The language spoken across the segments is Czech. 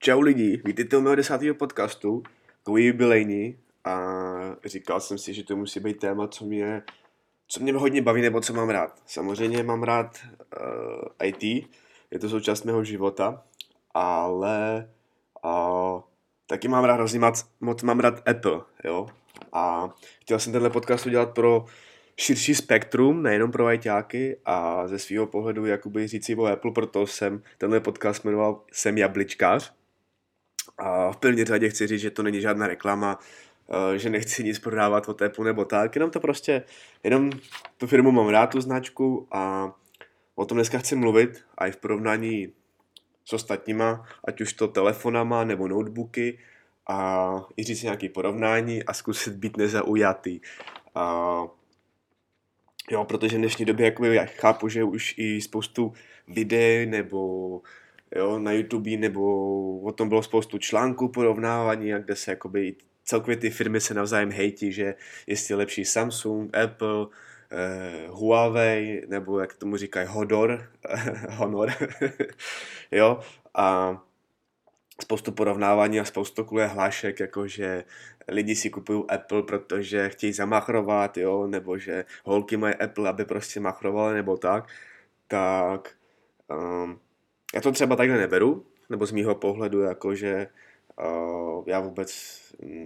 Čau lidi, vítejte u mého 10. podcastu, takový jubilejní a říkal jsem si, že to musí být téma, co mě hodně baví nebo co mám rád. Samozřejmě mám rád IT, je to součást mého života, ale taky mám rád moc mám rád Apple, jo. A chtěl jsem tenhle podcast udělat pro širší spektrum, nejenom pro ajťáky a ze svého pohledu jakoby říci o Apple, proto jsem tenhle podcast jmenoval Jsem jabličkář. A v první řadě chci říct, že to není žádná reklama, že nechci nic prodávat od Apple nebo tak, jenom tu firmu mám rád, tu značku a o tom dneska chci mluvit a i v porovnání s ostatníma, ať už to telefonama nebo notebooky a i říct nějaké porovnání a zkusit být nezaujatý. Jo, protože v dnešní době jakoby, já chápu, že už i spoustu videí nebo jo, na YouTube nebo o tom bylo spoustu článků porovnávání, kde se jakoby celkově ty firmy se navzájem hejtí, že jestli je lepší Samsung, Apple, Huawei, nebo jak tomu říkají Honor, jo, a spoustu porovnávání a spoustu takové hlášek, jakože lidi si kupují Apple, protože chtějí zamachrovat, jo, nebo že holky mají Apple, aby prostě machrovaly, nebo tak já to třeba takhle neberu, nebo z mýho pohledu, jakože já vůbec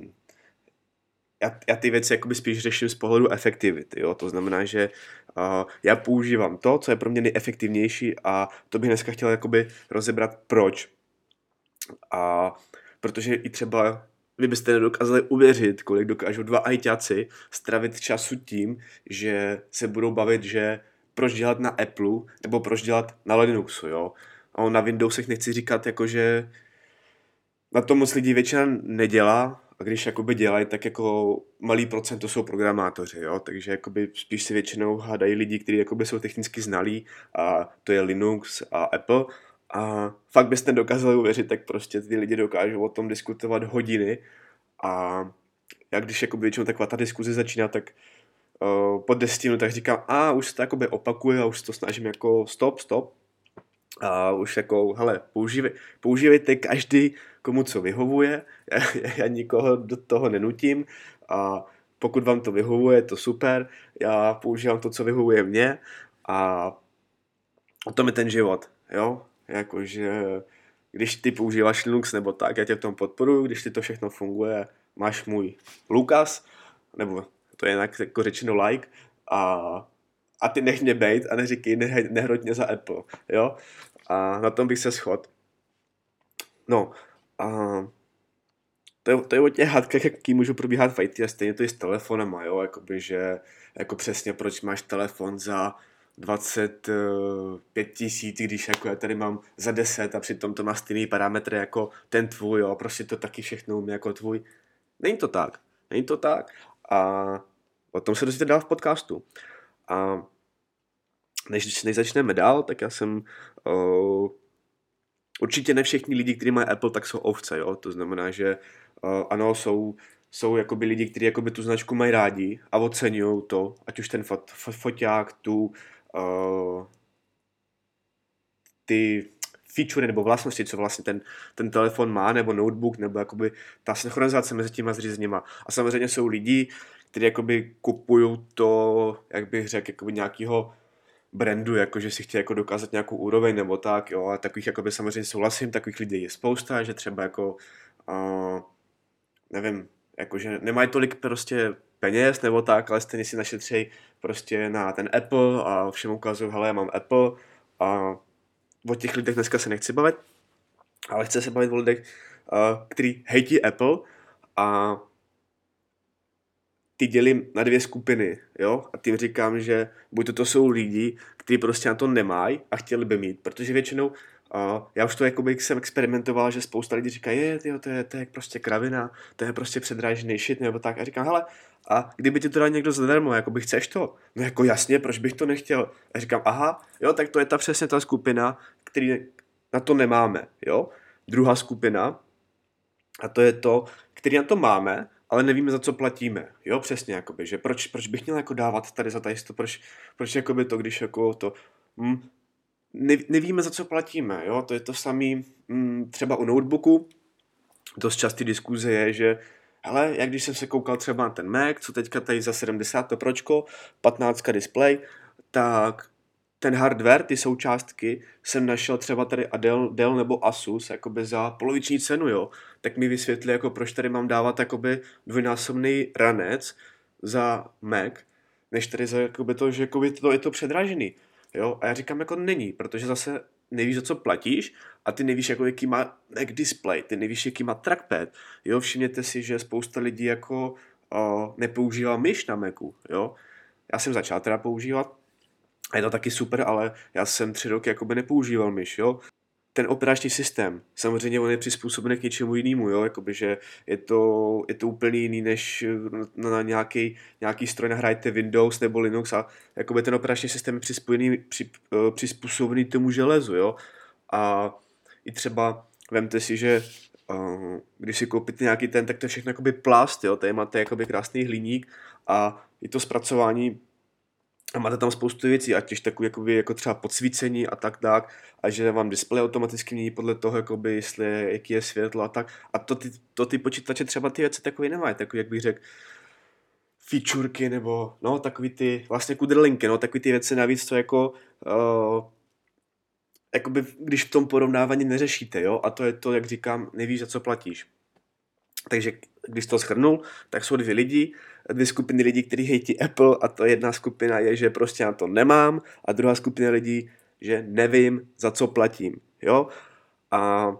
já ty věci jakoby spíš řeším z pohledu efektivity, jo? To znamená, že já používám to, co je pro mě nejefektivnější a to bych dneska chtěl jakoby rozebrat proč. A protože i třeba vy byste nedokázali uvěřit, kolik dokážou dva ajťáci stravit času tím, že se budou bavit, že proč dělat na Apple nebo proč dělat na Linuxu, jo. A na Windowsech nechci říkat, jakože na to moc lidí většina nedělá a když jakoby dělají, tak jako malý procento jsou programátoři, jo. Takže jakoby spíš si většinou hádají lidi, kteří jakoby jsou technicky znalí a to je Linux a Apple. A fakt byste dokázali uvěřit, tak prostě ty lidi dokážou o tom diskutovat hodiny a já když jako většinou taková ta diskuze začíná, tak po 10 minutách říkám, už se to jakoby opakuje a už se to snažím jako stop a už jako, hele, používejte každý, komu co vyhovuje, já nikoho do toho nenutím a pokud vám to vyhovuje, to super, já používám to, co vyhovuje mně a o tom je ten život, jo. Jakože když ty používáš Linux nebo tak, já tě v tom podporuji, když ti to všechno funguje, máš můj Lukas, nebo to je jinak jako řečeno like, a ty nech mě bejt a neříkej, nehroď mě za Apple, jo? A na tom bych se shodl. No, a to je o těch hádkách, jaký můžou probíhat v IT a stejně to je s telefonama, jo? Jakoby, že jako přesně proč máš telefon za 25 000, když jako já tady mám za 10 a přitom to má stejný parametry jako ten tvůj, jo, prostě to taky všechno umí jako tvůj. Není to tak a o tom se dozvíte dál v podcastu. A než začneme dál, tak já jsem určitě ne všichni lidi, kteří mají Apple, tak jsou ovce, jo, to znamená, že ano, jsou jakoby lidi, kteří jakoby tu značku mají rádi a oceňují to, ať už ten foťák, ty feature nebo vlastnosti, co vlastně ten telefon má, nebo notebook, nebo jakoby ta synchronizace mezi těma zřízeníma. A samozřejmě jsou lidi, kteří jakoby kupují to, jak bych řekl, jakoby nějakýho brandu, jakože si chtějí jako dokázat nějakou úroveň nebo tak, jo, a takových jakoby samozřejmě souhlasím, takových lidí je spousta, že třeba jako nevím, jakože nemají tolik prostě peněz nebo tak, ale stejně si našetřejí prostě na ten Apple a všem ukazují, hele, já mám Apple a o těch lidech dneska se nechci bavit, ale chci se bavit o lidech, který hejtí Apple a ty dělím na dvě skupiny, jo, a tím říkám, že buď to jsou lidi, kteří prostě na to nemají a chtěli by mít, protože většinou já už to jakoby jsem experimentoval, že spousta lidí říká, to je prostě kravina, to je prostě předrážený shit, nebo tak. A říkám, hele, a kdyby ti to dal někdo zadarmo, jakoby chceš to? No jako jasně, proč bych to nechtěl? A říkám, jo, tak to je přesně ta skupina, který na to nemáme, jo. Druhá skupina, a to je to, který na to máme, ale nevíme, za co platíme, jo, přesně, jakoby, že proč bych měl jako dávat tady za tajisto, proč jakoby to, když jako to, nevíme, za co platíme, jo, to je to samý třeba u notebooku, dost častý diskuze je, že hele, jak když jsem se koukal třeba na ten Mac, co teďka tady za 70 to Pročko, 15 display, tak ten hardware, ty součástky, jsem našel třeba tady Dell nebo Asus jakoby za poloviční cenu, jo. Tak mi vysvětli, jako proč tady mám dávat jakoby dvojnásobný ranec za Mac, než tady za jakoby to, že jakoby to je to předražený. Jo? A já říkám, jako není, protože zase nevíš, za co platíš a ty nevíš, jako jaký má Mac display, ty nevíš, jaký má trackpad. Jo? Všimněte si, že spousta lidí jako nepoužívá myš na Macu. Jo? Já jsem začal teda používat, a je to taky super, ale já jsem 3 roky jakoby nepoužíval myš, jo. Ten operační systém, samozřejmě on je přizpůsobený k něčemu jinému, jo, jakoby, že je to úplně jiný, než na nějaký stroj nahrajete Windows nebo Linux a jakoby ten operační systém je přizpůsobený tomu železu, jo. A i třeba vemte si, že když si koupíte nějaký tak to je všechno jakoby plast, jo, tady máte jakoby krásný hliník a je to zpracování a máte tam spoustu věcí, ať už takový jako třeba podsvícení a tak, a že vám displej automaticky mění podle toho, jakoby, jaký je světlo a tak. A to ty počítače třeba ty věci takový nemají, takový, jak bych řekl, featureky nebo no, takový ty vlastně kudrlinky, no, takový ty věci navíc, co jako jakoby, když v tom porovnávání neřešíte, jo, a to je to, jak říkám, nevíš, za co platíš. Takže když to shrnul, tak jsou dvě skupiny lidí, kteří hejtí Apple a to jedna skupina je, že prostě na to nemám a druhá skupina lidí, že nevím, za co platím, jo. A,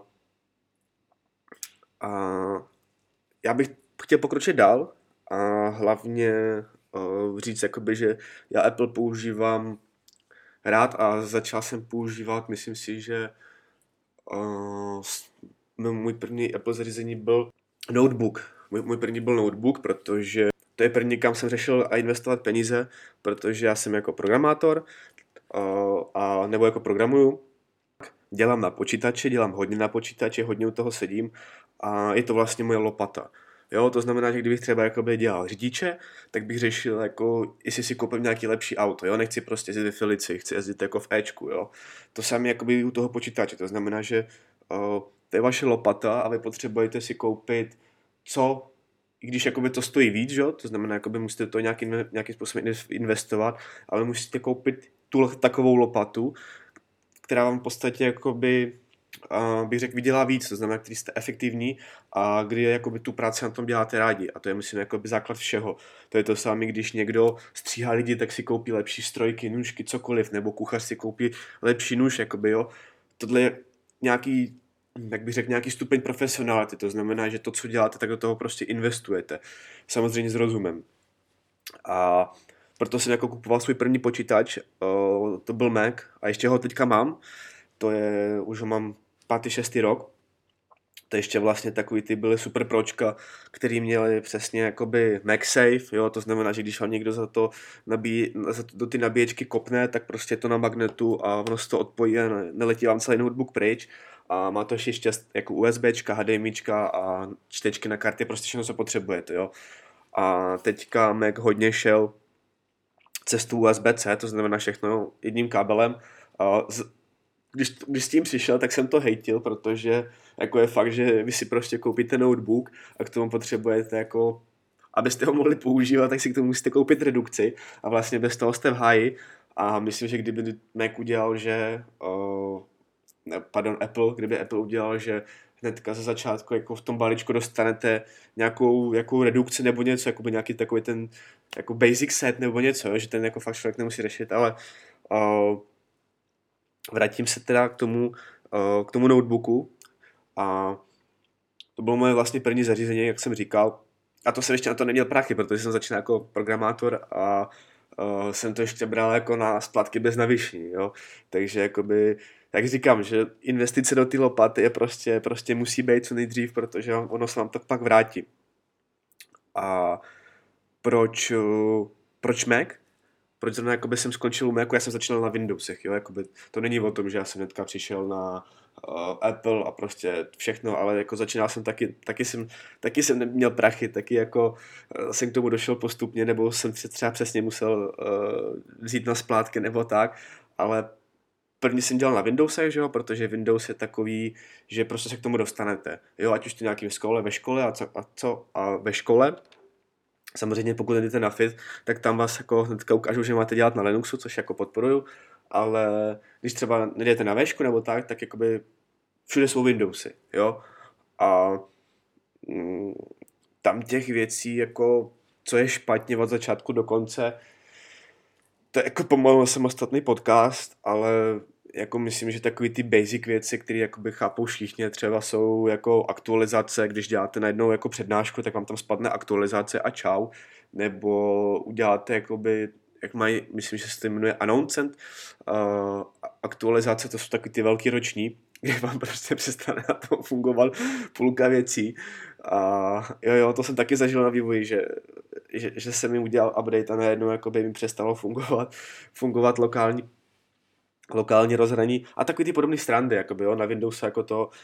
a já bych chtěl pokročit dál a hlavně říct, jakoby, že já Apple používám rád a začal jsem používat, myslím si, že můj první Apple zařízení byl notebook. Můj první byl notebook, protože to je první, kam jsem řešil a investovat peníze, protože já jsem jako programátor nebo jako programuju. Dělám na počítači, dělám hodně na počítači, hodně u toho sedím a je to vlastně moje lopata. Jo, to znamená, že kdybych třeba jakoby dělal řidiče, tak bych řešil, jako, jestli si koupím nějaký lepší auto, jo, nechci prostě jezdit ve Felici, chci jezdit jako v Ečku, jo. To samé jakoby u toho počítače, to znamená, že to je vaše lopata a vy potřebujete si koupit i když jakoby to stojí víc, jo, to znamená, jakoby musíte to nějakým způsobem investovat, ale musíte koupit takovou lopatu, která vám v podstatě jakoby, bych řekl, vydělá víc, to znamená, který jste efektivní a kdy jakoby tu práci na tom děláte rádi. A to je, myslím, jakoby základ všeho. To je to samé, když někdo stříhá lidi, tak si koupí lepší strojky, nůžky, cokoliv, nebo kuchař si koupí lepší nůž, jakoby, jo. Tohle je nějaký, jak bych řekl, nějaký stupeň profesionality, to znamená, že to, co děláte, tak do toho prostě investujete. Samozřejmě s rozumem. A proto jsem jako kupoval svůj první počítač, to byl Mac a ještě ho teďka mám, už ho mám 5. 6. rok, to ještě vlastně takový ty byly super pročka, který měli přesně jakoby MagSafe, jo, to znamená, že když vám někdo do ty nabíječky kopne, tak prostě je to na magnetu a ono se to odpojí a neletí vám celý notebook pryč a má to ještě jako USBčka, HDMIčka a čtečky na karty, prostě všechno, co potřebujete, jo. A teďka Mac hodně šel cestu USB-C, to znamená všechno jedním kábelem. Když s tím přišel, tak jsem to hejtil, protože jako je fakt, že vy si prostě koupíte notebook a k tomu potřebujete jako, abyste ho mohli používat, tak si k tomu musíte koupit redukci a vlastně bez toho jste v háji a myslím, že kdyby Mac udělal, kdyby Apple udělal, že hnedka ze začátku jako v tom balíčku dostanete nějakou redukci nebo něco, jakoby nějaký takový ten jako basic set nebo něco, jo, že ten jako fakt člověk nemusí řešit, ale vrátím se teda k tomu notebooku a to bylo moje vlastně první zařízení, jak jsem říkal, a to jsem ještě na to neměl prachy, protože jsem začínal jako programátor a jsem to ještě bral jako na splátky bez navýšení, jo, takže jakoby tak říkám, že investice do ty lopaty je prostě musí být co nejdřív, protože ono se vám to pak vrátí. A proč Mac? Proč zrovna jakoby jsem skončil u Macu, já jsem začínal na Windowsech, jo, jakoby to není o tom, že já jsem hnedka přišel na Apple a prostě všechno, ale jako začínal jsem taky jsem neměl prachy, taky jako jsem k tomu došel postupně, nebo jsem si třeba přesně musel vzít na splátky nebo tak, ale první jsem dělal na Windowsech, že jo, protože Windows je takový, že prostě se k tomu dostanete, jo, ať už to nějaký ve škole a ve škole. Samozřejmě pokud jdete na FIT, tak tam vás jako hnedka ukážu, že máte dělat na Linuxu, což jako podporuju, ale když třeba nejdete na vešku nebo tak jakoby všude jsou Windowsy, jo, a mm, tam těch věcí, jako co je špatně od začátku do konce, to je jako pomalu samostatný podcast, ale jako myslím, že takový ty basic věci, které jakoby chápou všichni, třeba jsou jako aktualizace, když děláte najednou jako přednášku, tak vám tam spadne aktualizace a čau, nebo uděláte jakoby, jak mají, myslím, že se to jmenuje announcement, aktualizace, to jsou taky ty velký roční, kde vám prostě přestane na tom fungovat půlka věcí. A jo, to jsem taky zažil na vývoji, že jsem mi udělal update a najednou jakoby mi přestalo fungovat lokální rozhraní a takový ty podobné strandy, jakoby, jo, na Windowsu jako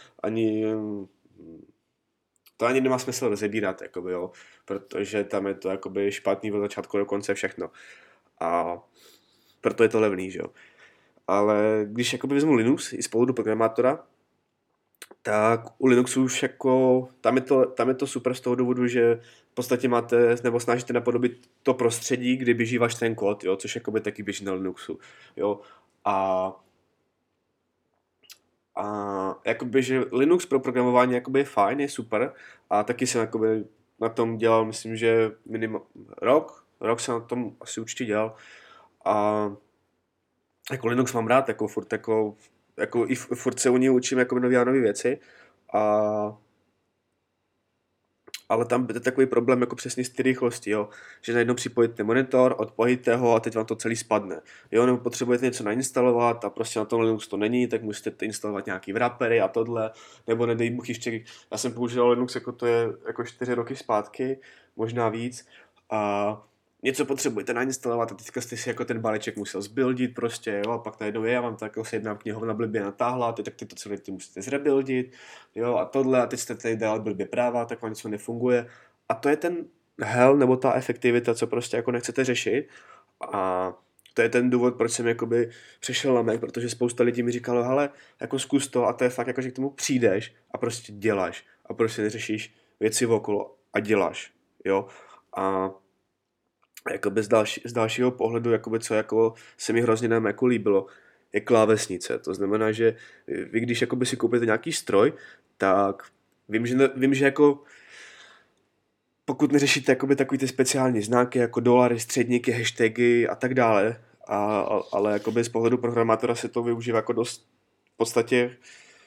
to ani nemá smysl rozebírat, jakoby, jo, protože tam je to jakoby špatný od začátku do konce všechno. A proto je to levný, že jo. Ale když jakoby vezmu Linux i z pohledu programátora, tak u Linuxu už jako, tam je to super z toho důvodu, že v podstatě máte, nebo snažíte napodobit to prostředí, kdy běží váš ten kód, jo, což jakoby taky běží na Linuxu, jo. A jakoby, že Linux pro programování jakoby je fajn, je super a taky jsem jakoby na tom dělal, myslím, že minimum rok jsem na tom asi určitě dělal a jako Linux mám rád, jako furt i furt se u něj učím jako nové věci a ale tam je takový problém jako přesně z té rychlosti, jo? Že najednou připojíte monitor, odpojíte ho a teď vám to celý spadne. Jo? Nebo potřebujete něco nainstalovat a prostě na tom Linux to není, tak musíte instalovat nějaký wrappery a tohle, nebo nedej Bůh ještě, já jsem používal Linux jako to je jako 4 roky zpátky, možná víc a něco potřebujete nainstalovat a teďka jste si jako ten balíček musel zbuildit prostě, jo, a pak najednou já vám tak jako se jedna knihovna blbě natáhla, tak ty to celé ty musíte zrebuildit, jo, a tohle, a teď jste tady dal blbě práva, tak vám něco nefunguje. A to je ten hell, nebo ta efektivita, co prostě jako nechcete řešit. A to je ten důvod, proč jsem jakoby přešel na Mac, protože spousta lidí mi říkalo, hele, jako zkus to, a to je fakt jako, že k tomu přijdeš a prostě děláš a prostě neřešíš věci okolo a děláš, jo. A jakoby z dalšího pohledu, jakoby co jako se mi hrozně na Macu líbilo, je klávesnice. To znamená, že vy když jakoby si koupíte nějaký stroj, tak vím, že jako pokud neřešíte jakoby takový ty speciální znaky, jako dolary, středníky, hashtagy a tak dále, ale jakoby z pohledu programátora se to využívá jako dost v podstatě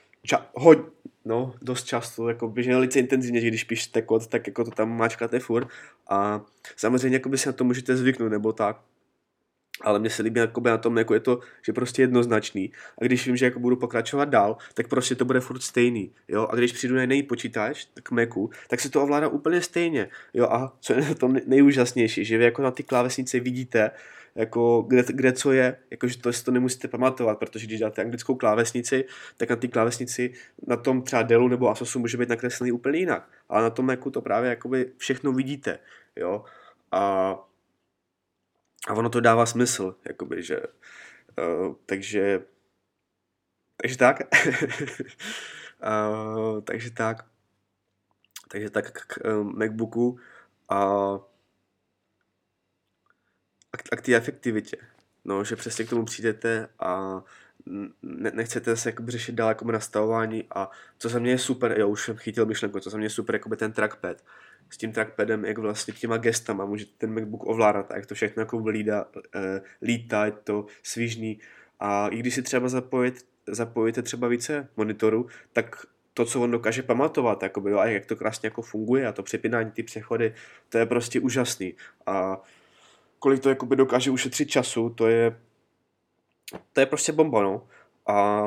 dost často, jako běžně velice intenzivně, že když píšete kód, tak jako to tam máčkáte furt a samozřejmě jakoby si na to můžete zvyknout nebo tak, ale mně se líbí jakoby na tom, jako je to, že prostě jednoznačný a když vím, že jako budu pokračovat dál, tak prostě to bude furt stejný, jo, a když přijdu na jiný počítač, tak Macu, tak se to ovládá úplně stejně, jo, a co je na tom nejúžasnější, že vy jako na ty klávesnice vidíte, jako kde co je, jakože to si to nemusíte pamatovat, protože když dáte anglickou klávesnici, tak na té klávesnici na tom třeba Dellu nebo Asusu může být nakreslený úplně jinak, ale na tom Macu to právě jakoby všechno vidíte, jo, a ono to dává smysl, jakoby, že takže tak takže tak k MacBooku a k té efektivitě. No, že přesně k tomu přijdete a nechcete se jakoby řešit dál jakoby nastavování a co za mě je super, jo, už jsem chytil myšlenku, co za mě je super, jakoby ten trackpad. S tím trackpadem, jak vlastně těma gestama můžete ten MacBook ovládat a jak to všechno jako lítá, je to svížný a i když si třeba zapojíte třeba více monitorů, tak to, co on dokáže pamatovat, jakoby, jo, a jak to krásně jako funguje a to přepínání, ty přechody, to je prostě úžasný a kolik to jakoby dokáže ušetřit času, to je prostě bomba, no. A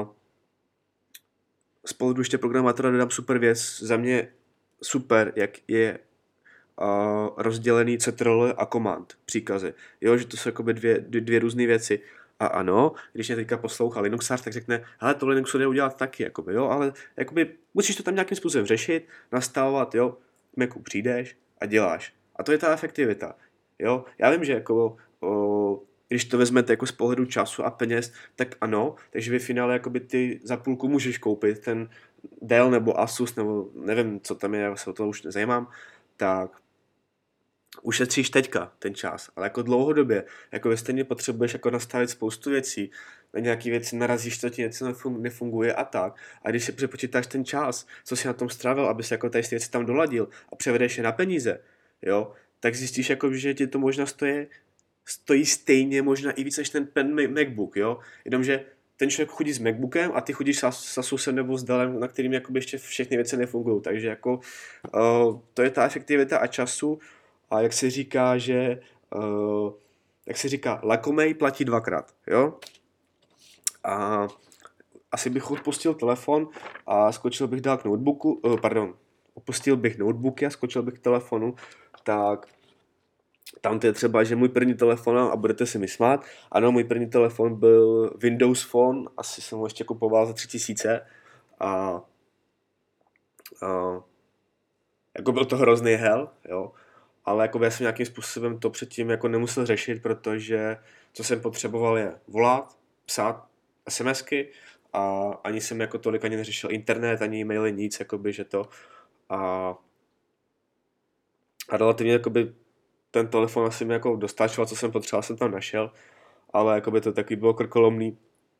z pohledu ještě programátora dodám super věc, za mě super, jak je rozdělený CTRL a command příkazy. Jo, že to jsou jakoby dvě různé věci. A ano, když mě teďka poslouchá Linuxář, tak řekne, hele, to Linuxu jde udělat taky, jakoby, jo, ale jakoby musíš to tam nějakým způsobem řešit, nastavovat, jo, v Macu přijdeš a děláš. A to je ta efektivita. Jo, já vím, že jako když to vezmete jako z pohledu času a peněz, tak ano, takže ve finále jakoby ty za půlku můžeš koupit ten Dell nebo Asus, nebo nevím, co tam je, já se o to už nezajímám, tak ušetříš teďka ten čas, ale jako dlouhodobě, jako ve stejně potřebuješ jako nastavit spoustu věcí, na nějaký věci narazíš, to ti něco nefunguje a tak. A když si přepočítáš ten čas, co si na tom strávil, aby se jako tady ty věci tam doladil a převedeš je na peníze, jo, tak zjistíš, jako, že ti to možná stojí stejně, možná i víc než ten MacBook, jo, jenomže ten člověk chodí s MacBookem a ty chodíš s Asusem nebo s Dellem, na kterým jakoby ještě všechny věci nefungují, takže jako to je ta efektivita a času a jak se říká, že jak se říká, lakomej platí dvakrát, jo? A asi bych odpustil telefon a skočil bych dál k notebooku, opustil bych notebooky a skočil bych k telefonu, tak tam to je třeba, že můj první telefon, a budete si mi smát, ano, můj první telefon byl Windows Phone, asi jsem ho ještě kupoval za 3000 a jako byl to hrozný hell, jo, ale jako já jsem nějakým způsobem to předtím jako nemusel řešit, protože co jsem potřeboval je volat, psát SMSky a ani jsem jako tolik ani neřešil internet, ani e-maily, nic, jakoby, že to a relativně jakoby ten telefon asi mi jako dostačoval, co jsem potřeboval, jsem tam našel, ale jakoby to taky bylo krkolomný.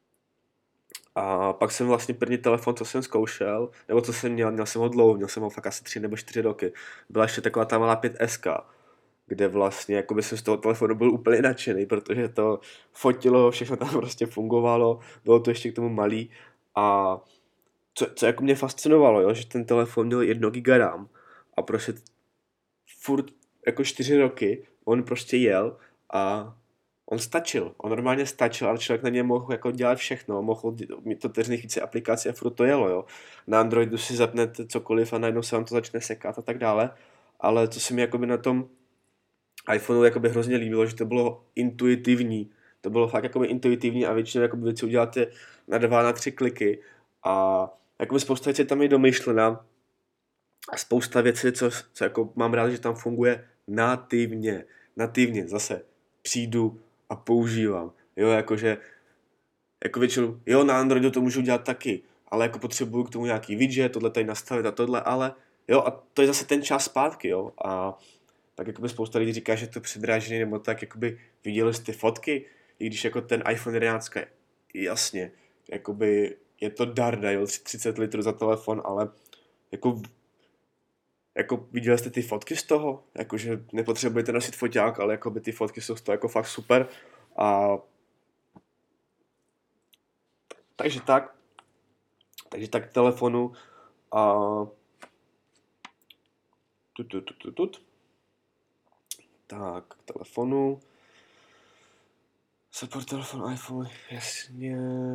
A pak jsem vlastně první telefon, co jsem zkoušel, nebo co jsem měl jsem ho dlouho, měl jsem ho fakt asi 3 nebo 4 roky. Byla ještě taková ta malá 5S, kde vlastně jakoby jsem z toho telefonu byl úplně nadšený, protože to fotilo, všechno tam prostě fungovalo, bylo to ještě k tomu malý a co jako mě fascinovalo, jo, že ten telefon měl 1 GB RAM a prostě furt jako 4 roky on prostě jel a on normálně stačil, ale člověk na něm mohl jako dělat všechno, mohl mít otevřených více aplikací a furt to jelo, jo. Na Androidu si zapnete cokoliv a najednou se vám to začne sekat a tak dále, ale co se mi jakoby na tom iPhoneu jakoby hrozně líbilo, že to bylo intuitivní, to bylo fakt jakoby intuitivní a většinou jakoby věci uděláte na 2, na 3 kliky a jakoby spousta věcí tam je domyšlená a spousta věcí, co jako mám rád, že tam funguje nativně, zase přijdu a používám, jo, jakože jako většinou, jo, na Androidu to můžu dělat taky, ale jako potřebuju k tomu nějaký widget, tohle tady nastavit a tohle, ale jo, a to je zase ten čas zpátky, jo, a tak jakoby spousta lidí říká, že to předrážený, nebo tak jakoby viděli jste fotky, i když jako ten iPhone 11, jasně, jakoby je to darda, jo, 30 litrů za telefon, ale jako viděli jste ty fotky z toho, jakože nepotřebujete nosit foťák, ale jakoby ty fotky jsou z toho jako fakt super a takže tak k telefonu a tak, k telefonu. Support telefon, iPhone, jasně.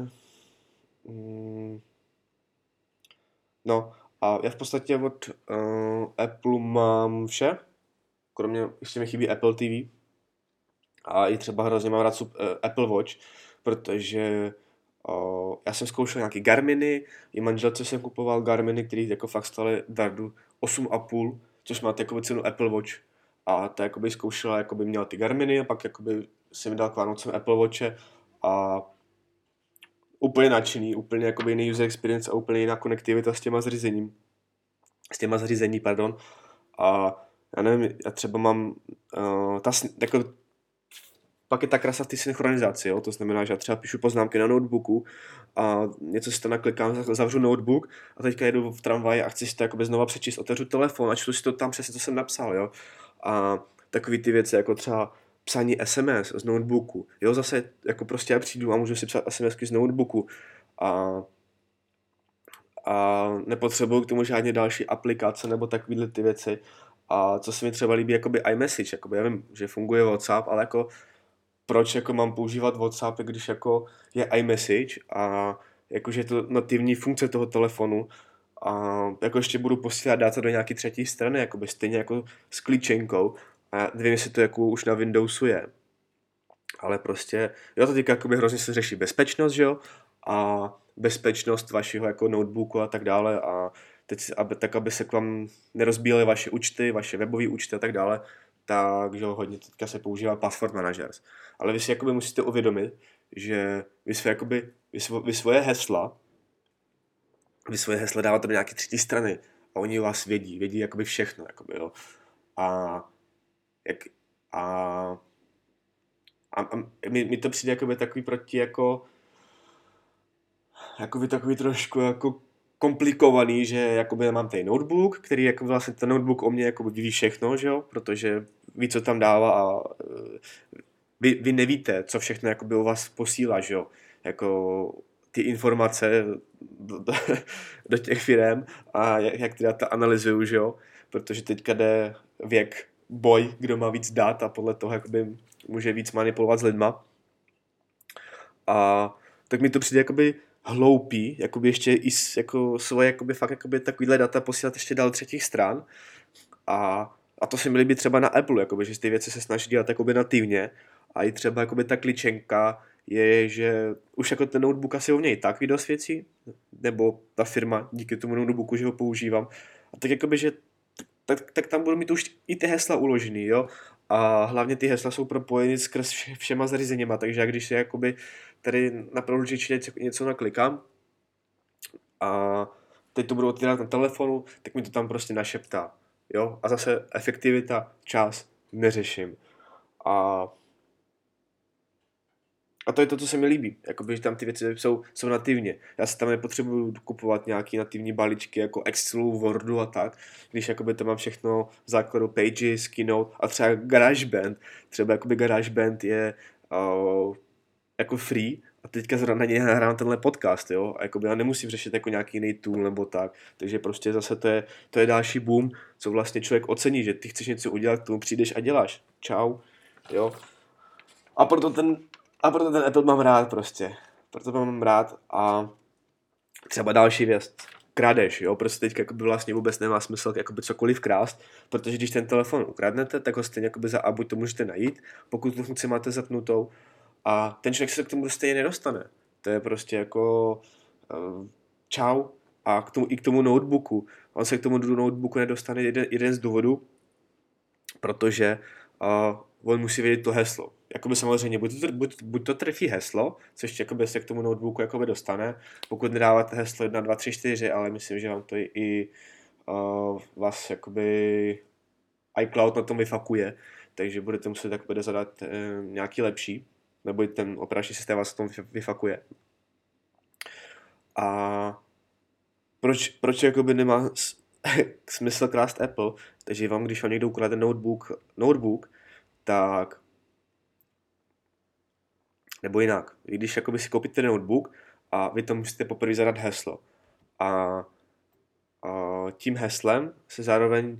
No a já v podstatě od Apple mám vše, kromě, ještě mi chybí Apple TV a i třeba hrozně mám rád Apple Watch, protože já jsem zkoušel nějaký Garminy, i manželce jsem kupoval Garminy, který jako fakt stály dardu 8,5, což má jako cenu Apple Watch. A ta jakoby zkoušela, jakoby měla ty Garminy a pak jakoby si mi dal k Vánocem Apple Watche a úplně nadšený, úplně jakoby jiný user experience a úplně jiná konektivita s těma zařízení, pardon. A já nevím, já třeba mám jako pak je ta krása v té synchronizaci, jo? To znamená, že já třeba píšu poznámky na notebooku a něco si to naklikám, zavřu notebook a teďka jedu v tramvaji a chci si to jakoby znova přečíst, otevřu telefon a čtu si to tam přesně, co jsem napsal, jo. A takový ty věci, jako třeba psaní SMS z notebooku, jo, zase jako prostě já přijdu a můžu si psát SMSky z notebooku a nepotřebuju k tomu žádně další aplikace nebo takovýhle ty věci. A co se mi třeba líbí, jakoby iMessage, jakoby já vím, že funguje WhatsApp, ale jako proč jako mám používat WhatsApp, když jako je iMessage a jakože je to nativní funkce toho telefonu a jako ještě budu posílat data do nějaký třetí strany, jakoby stejně jako s klíčenkou a nevím, jestli to jako už na Windowsu je. Ale prostě, jo, to teďka jakoby hrozně se řeší bezpečnost, že jo, a bezpečnost vašeho jako notebooku a tak dále a teď, tak aby se k vám nerozbíjely vaše účty, vaše webové účty a tak dále, takže hodně teďka se používá password managers. Ale vy si jakoby musíte uvědomit, že vy svoje hesla dáváte do nějaké třetí strany a oni vás vědí jakoby všechno, jakoby, jo. A, jak, a, a mi to přijde jakoby takový proti jakoby takový trošku jako komplikovaný, že jakoby mám tady notebook, který jako vlastně ten notebook o mě jakoby ví všechno, že jo, protože ví, co tam dává a vy nevíte, co všechno jakoby o vás posílá, že jo, jako ty informace do těch firem a jak ty data analyzují, že jo, protože teďka jde boj, kdo má víc dat a podle toho jakoby může víc manipulovat s lidma. A tak mi to přijde jakoby hloupý, jakoby ještě i jako svoje jakoby fakt jakoby takovýhle data posílat ještě dál třetích stran. A to se mi líbí třeba na Apple, jakoby, že ty věci se snaží dělat jakoby nativně a i třeba jakoby ta kličenka je, že už jako ten notebook asi o něj tak ví dost věcí, nebo ta firma díky tomu notebooku, že ho používám. A tak jakoby, že tak tam budu mít už i ty hesla uložený, jo. A hlavně ty hesla jsou propojeny skrz všema zařízeníma, takže jak když se jakoby tady na prohlížeči něco naklikám a teď to budu otvírat na telefonu, tak mi to tam prostě našeptá, jo. A zase efektivita, čas neřeším. A to je to, co se mi líbí, jakoby, že tam ty věci jsou nativně. Já si tam nepotřebuju kupovat nějaký nativní balíčky jako Excelu, Wordu a tak, když jakoby to mám všechno v základu Pages, Keynote a třeba GarageBand. Třeba jakoby GarageBand je jako free a teďka zrovna na něj nahrávám tenhle podcast, jo, a jakoby já nemusím řešit jako nějaký jiný tool nebo tak, takže prostě zase to je další boom, co vlastně člověk ocení, že ty chceš něco udělat, k tomu přijdeš a děláš. Čau, jo. A proto ten Apple mám rád prostě. Proto mám rád a třeba další věc. Krádež, jo, prostě teď jakoby vlastně vůbec nemá smysl jakoby cokoliv krást, protože když ten telefon ukradnete, tak ho stejně jakoby a buď to můžete najít, pokud tu funkci máte zapnutou a ten člověk se k tomu stejně nedostane. To je prostě jako čau a k tomu notebooku. On se k tomu notebooku nedostane jeden z důvodů, protože on musí vědět to heslo. Jakoby samozřejmě, buď to trefí heslo, což jakoby se k tomu notebooku jakoby dostane, pokud nedáváte heslo 1, 2, 3, 4, ale myslím, že vám to i vás jakoby iCloud na tom vyfakuje, takže budete muset jakoby zadat nějaký lepší, nebo ten operační systém vás na tom vyfakuje. A proč jakoby nemá smysl krást Apple, takže když vám někdo ukrade notebook, tak nebo jinak, když jakoby si koupíte notebook a vy tam musíte poprvé zadat heslo a tím heslem se zároveň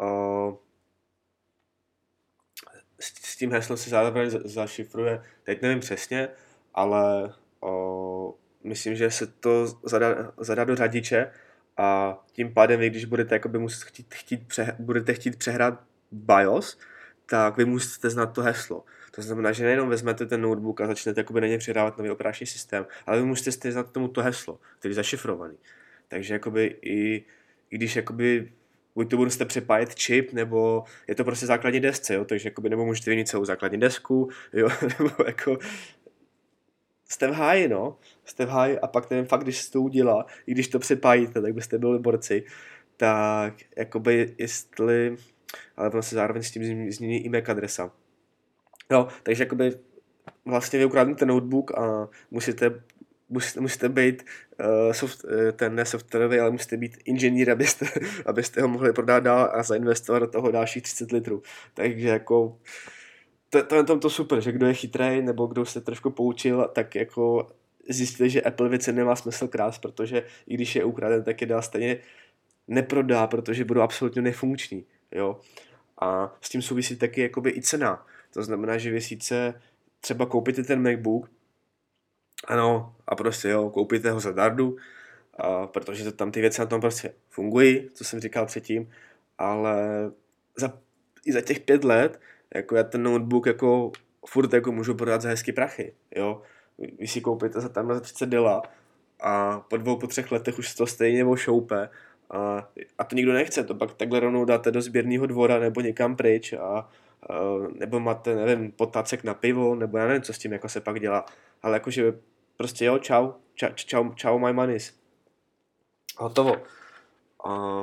s tím heslem se zároveň zašifruje, teď nevím přesně, ale myslím, že se to zadá do řadiče a tím pádem vy, když budete jakoby budete chtít přehrát BIOS, tak vy musíte znát to heslo. To znamená, že nejenom vezmete ten notebook a začnete jakoby na něj přehrávat nový operační systém, ale vy musíte znát tomu to heslo, který je zašifrovaný. Takže jakoby i když jakoby buď to budete přepájet čip, nebo je to prostě základní desce, jo, takže jakoby, nebo můžete vyměnit celou základní desku, jo, nebo jako jste v háji, no, jste v háji a pak nevím fakt, když se to udělá, i když to přepájíte, tak byste byli borci, tak jakoby jestli, ale ono se zároveň s tím změní i MAC adresa. No, takže jakoby vlastně vy ukradnete notebook a musíte být ten ne softwarový, ale musíte být inženýr, abyste ho mohli prodat dál a zainvestovat do toho dalších 30 litrů. Takže jako to je to super, že kdo je chytrej nebo kdo se trošku poučil, tak jako zjistili, že Apple věci nemá smysl krást, protože i když je ukraden, tak je dál stejně neprodá, protože budou absolutně nefunkční, jo. A s tím souvisí taky jakoby i cena. To znamená, že vy sice třeba koupíte ten MacBook, ano, a prostě jo, koupíte ho za dardu, protože tam ty věci na tom prostě fungují, co jsem říkal předtím, ale i za těch 5 let, jako já ten notebook jako furt jako můžu prodat za hezký prachy, jo. Vy si koupíte za 30 $, a po 2, po 3 letech už se to stejně ošoupe a to nikdo nechce, to pak takhle rovnou dáte do sběrného dvora nebo někam pryč a nebo máte, nevím, potacek na pivo, nebo já nevím, co s tím jako se pak dělá. Ale jakože prostě jo, čau my manis. Hotovo. A,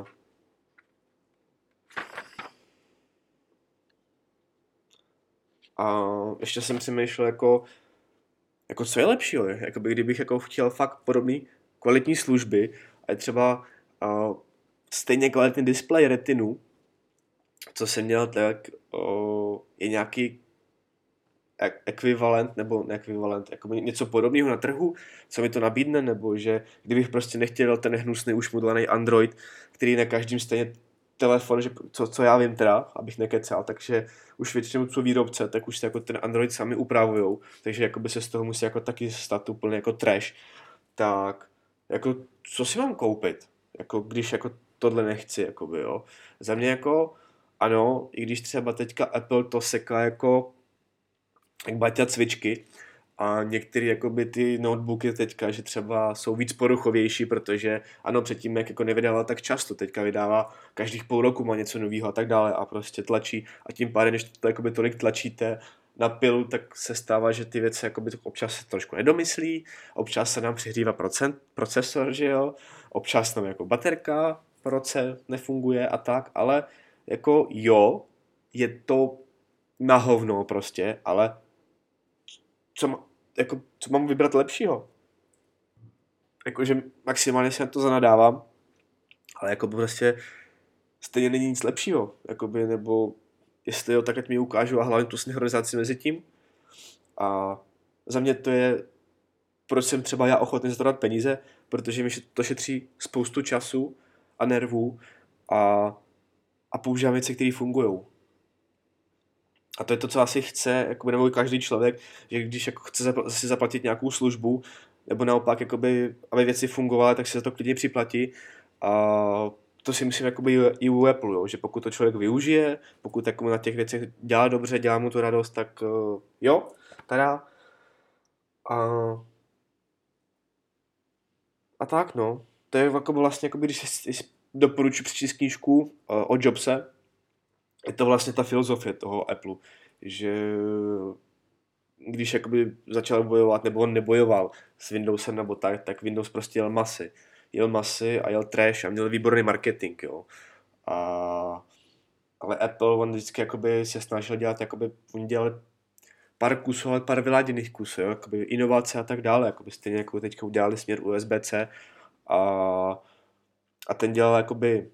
a ještě jsem si myslel jako co je lepšího, jakoby kdybych jako chtěl fakt podobný kvalitní služby a je třeba stejně kvalitní displej retinu, co jsem měl, tak je nějaký ekvivalent, nebo neekvivalent, jako něco podobného na trhu, co mi to nabídne, nebo že kdybych prostě nechtěl ten hnusný ušmudlaný Android, který na každém stejně telefon, že co já vím teda, abych nekecal, takže už většinou co výrobce, tak už se jako ten Android sami upravujou, takže jakoby se z toho musí jako taky stát úplně jako trash, tak jako co si mám koupit, jako když jako tohle nechci, jakoby, jo. Za mě jako ano, i když třeba teďka Apple to seká jako jak baťa cvičky a některé jakoby ty notebooky teďka, že třeba jsou víc poruchovější, protože ano, předtím jak jako nevydává tak často, teďka vydává každých půl roku má něco nového a tak dále a prostě tlačí a tím pádem, když to jakoby tolik tlačíte na pilu, tak se stává, že ty věci jakoby občas se trošku nedomyslí, občas se nám přihřívá procesor, že jo, občas tam jako baterka po roce nefunguje a tak, ale jako jo, je to na hovno prostě, ale co mám vybrat lepšího? Jakože maximálně se na to zanadávám, ale jako prostě stejně není nic lepšího, jakoby, nebo jestli jo, tak ať mi ukážu a hlavně tu synchronizaci mezi tím. A za mě to je, proč jsem třeba já ochotný za to dát peníze, protože mi to šetří spoustu času a nervů a používám věci, které fungují. A to je to, co asi chce, jakoby, nebo každý člověk, že když jako chce si zaplatit nějakou službu, nebo naopak, jakoby, aby věci fungovaly, tak si za to klidně připlatí. A to si myslím jakoby i u Apple, jo, že pokud to člověk využije, pokud jako na těch věcech dělá dobře, dělá mu to radost, tak jo, teda. A, a tak no, to je jako vlastně, jakoby, když si doporučuji přečíst knížku o Jobse, je to vlastně ta filozofie toho Apple, že když jakoby začal bojovat, nebo on nebojoval s Windowsem nebo tak Windows prostě jel masy a jel trash a měl výborný marketing, jo. Ale Apple, on vždycky jakoby se snažil dělat, jakoby, oni dělali pár kusů, ale pár vyladěných kusů, jo, jakoby inovace a tak dále, jakoby stejně jako teďka udělali směr USB-C a, a ten dělal jakoby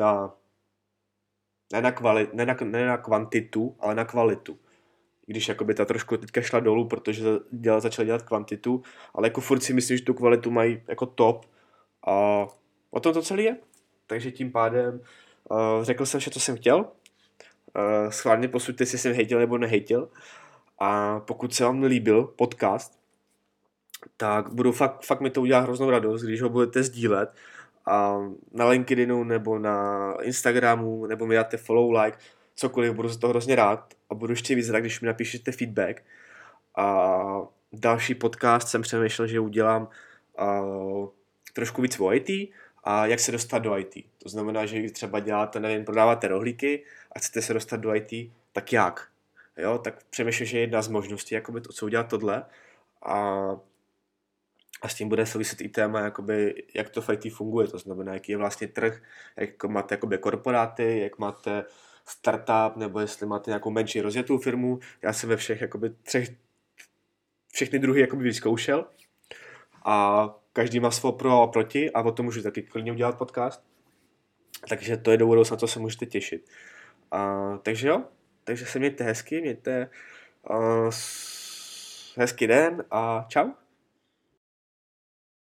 ne na kvantitu, ale na kvalitu. I když jakoby ta trošku teďka šla dolů, protože začal dělat kvantitu, ale jako furt si myslím, že tu kvalitu mají jako top a o tom to celé je. Takže tím pádem řekl jsem vše, co jsem chtěl. Schválně posuďte, jestli jsem hejtil nebo nehejtil. A pokud se vám líbil podcast, tak fakt mi to udělá hroznou radost, když ho budete sdílet a na LinkedInu nebo na Instagramu, nebo mi dáte follow, like, cokoliv, budu za to hrozně rád a budu ještě víc rád, když mi napíšete feedback. A další podcast jsem přemýšlel, že udělám trošku víc o IT a jak se dostat do IT. To znamená, že když třeba děláte, nevím, prodáváte rohlíky a chcete se dostat do IT, tak jak? Jo, tak přemýšlím, že je jedna z možností, jakoby to, co udělat tohle a s tím bude souviset i téma, jakoby, jak to v IT funguje, to znamená, jaký je vlastně trh, jak máte jakoby korporáty, jak máte startup, nebo jestli máte nějakou menší rozjetou firmu. Já jsem ve všech jakoby všechny druhy jakoby vyzkoušel a každý má svou pro a proti a o tom můžu taky klidně udělat podcast. Takže to je do budoucna, na co se můžete těšit. Takže jo, takže se mějte hezky, mějte hezký den a čau.